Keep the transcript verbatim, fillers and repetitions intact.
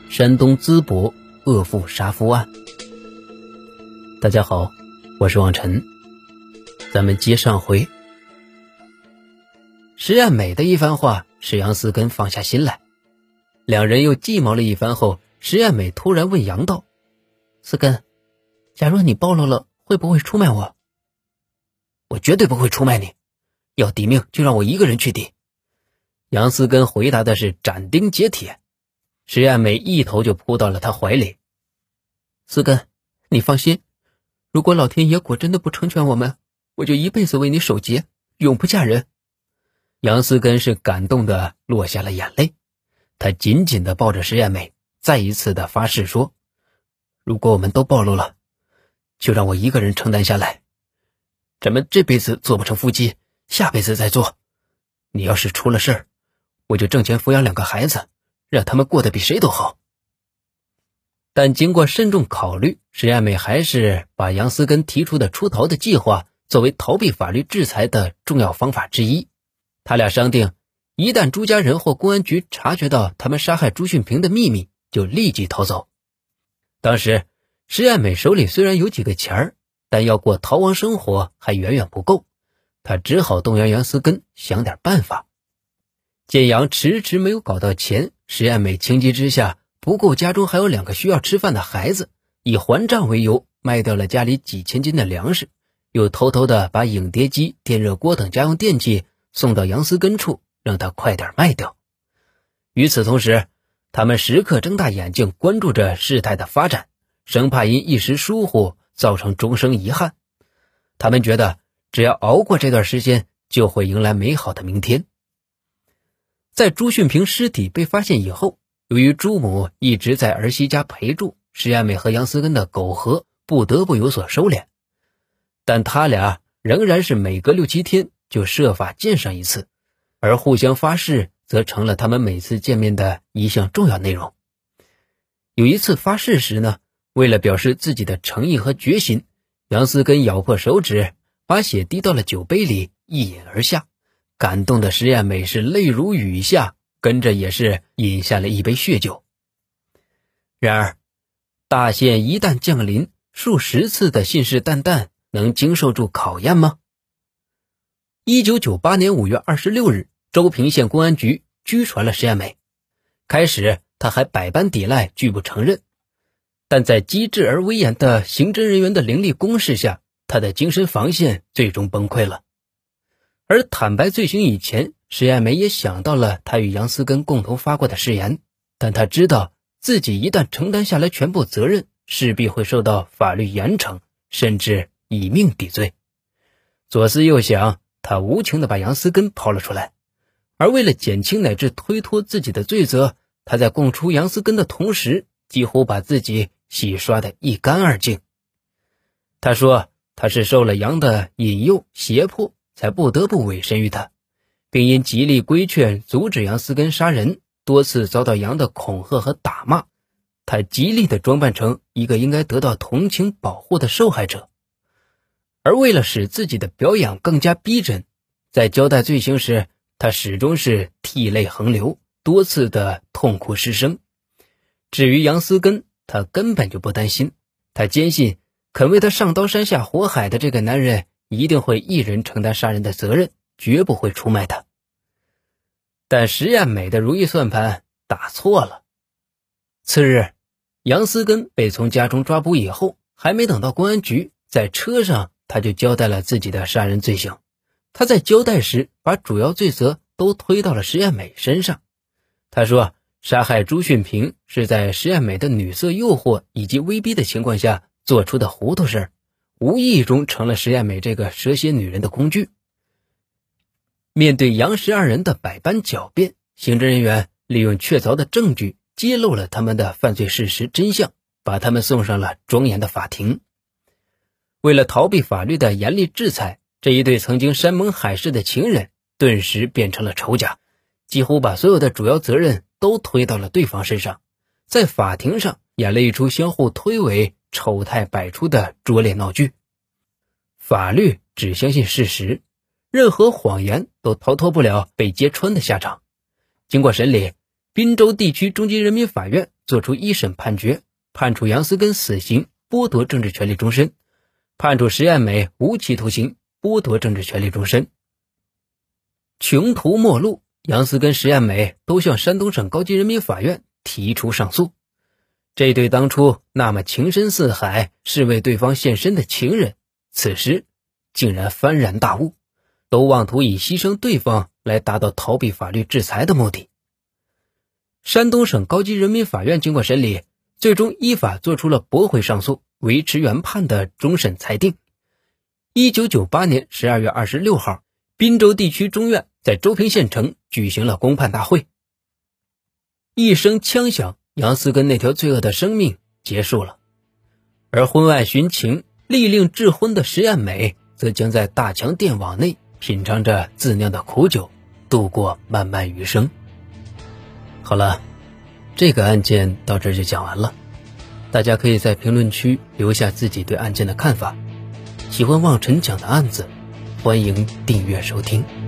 山东淄博恶妇杀夫案。大家好，我是望尘，咱们接上回。石艳美的一番话使杨思根放下心来，两人又计谋了一番后，石艳美突然问杨道：思根，假如你暴露了，会不会出卖我？我绝对不会出卖你，要抵命就让我一个人去抵。杨思根回答的是斩钉截铁。石艳美一头就扑到了他怀里。思根，你放心，如果老天爷果真的不成全我们，我就一辈子为你守节，永不嫁人。杨思根是感动的落下了眼泪，他紧紧地抱着石艳美，再一次的发誓说，如果我们都暴露了，就让我一个人承担下来，咱们这辈子做不成夫妻，下辈子再做。你要是出了事儿，我就挣钱抚养两个孩子，让他们过得比谁都好。但经过慎重考虑，石艳美还是把杨思根提出的出逃的计划作为逃避法律制裁的重要方法之一。他俩商定，一旦朱家人或公安局察觉到他们杀害朱训平的秘密，就立即逃走。当时石艳美手里虽然有几个钱儿，但要过逃亡生活还远远不够，他只好动员杨思根想点办法。见杨迟迟没有搞到钱，石艳美情急之下，不顾家中还有两个需要吃饭的孩子，以还账为由卖掉了家里几千斤的粮食，又偷偷的把影碟机、电热锅等家用电器送到杨思根处，让他快点卖掉。与此同时，他们时刻睁大眼睛关注着事态的发展，生怕因一时疏忽造成终生遗憾。他们觉得只要熬过这段时间，就会迎来美好的明天。在朱训平尸体被发现以后，由于朱母一直在儿媳家陪住，石艳美和杨思根的苟合不得不有所收敛，但他俩仍然是每隔六七天就设法见上一次，而互相发誓则成了他们每次见面的一项重要内容。有一次发誓时呢，为了表示自己的诚意和决心，杨思根咬破手指，把血滴到了酒杯里，一饮而下，感动的石艳美是泪如雨下，跟着也是饮下了一杯血酒。然而大限一旦降临，数十次的信誓旦旦能经受住考验吗？一九九八年五月二十六日，周平县公安局拘传了石艳美。开始他还百般抵赖，拒不承认，但在机智而威严的刑侦人员的凌厉攻势下，他的精神防线最终崩溃了。而坦白罪行以前，石艳美也想到了他与杨思根共同发过的誓言，但他知道自己一旦承担下来全部责任，势必会受到法律严惩，甚至以命抵罪。左思右想，他无情地把杨思根抛了出来，而为了减轻乃至推脱自己的罪责，他在供出杨思根的同时，几乎把自己洗刷得一干二净。他说他是受了杨的引诱胁迫，才不得不委身于他，并因极力规劝阻止杨思根杀人，多次遭到杨的恐吓和打骂。他极力地装扮成一个应该得到同情保护的受害者。而为了使自己的表演更加逼真，在交代罪行时，他始终是涕泪横流，多次的痛哭失声。至于杨思根，他根本就不担心，他坚信肯为他上刀山下火海的这个男人一定会一人承担杀人的责任，绝不会出卖他。但石艳美的如意算盘打错了。次日，杨思根被从家中抓捕以后，还没等到公安局，在车上他就交代了自己的杀人罪行。他在交代时把主要罪责都推到了石艳美身上。他说杀害朱训平是在石艳美的女色诱惑以及威逼的情况下做出的糊涂事，无意中成了石艳美这个蛇蝎女人的工具。面对杨石二人的百般狡辩，刑侦人员利用确凿的证据揭露了他们的犯罪事实真相，把他们送上了庄严的法庭。为了逃避法律的严厉制裁，这一对曾经山盟海誓的情人顿时变成了仇家，几乎把所有的主要责任都推到了对方身上，在法庭上演了一出相互推诿、丑态百出的拙劣闹剧。法律只相信事实，任何谎言都逃脱不了被揭穿的下场。经过审理，滨州地区中级人民法院作出一审判决，判处杨思根死刑，剥夺政治权利终身，判处石艳美无期徒刑，剥夺政治权利终身。穷途末路，杨思根、石艳美都向山东省高级人民法院提出上诉。这对当初那么情深似海，是为对方献身的情人，此时竟然幡然大悟，都妄图以牺牲对方来达到逃避法律制裁的目的。山东省高级人民法院经过审理，最终依法作出了驳回上诉、维持原判的终审裁定。一九九八年十二月二十六号，滨州地区中院在周平县城举行了公判大会。一声枪响，杨思根那条罪恶的生命结束了，而婚外寻情、力令智婚的石艳美则将在大强电网内品尝着自酿的苦酒，度过漫漫余生。好了，这个案件到这儿就讲完了，大家可以在评论区留下自己对案件的看法。喜欢望尘讲的案子，欢迎订阅收听。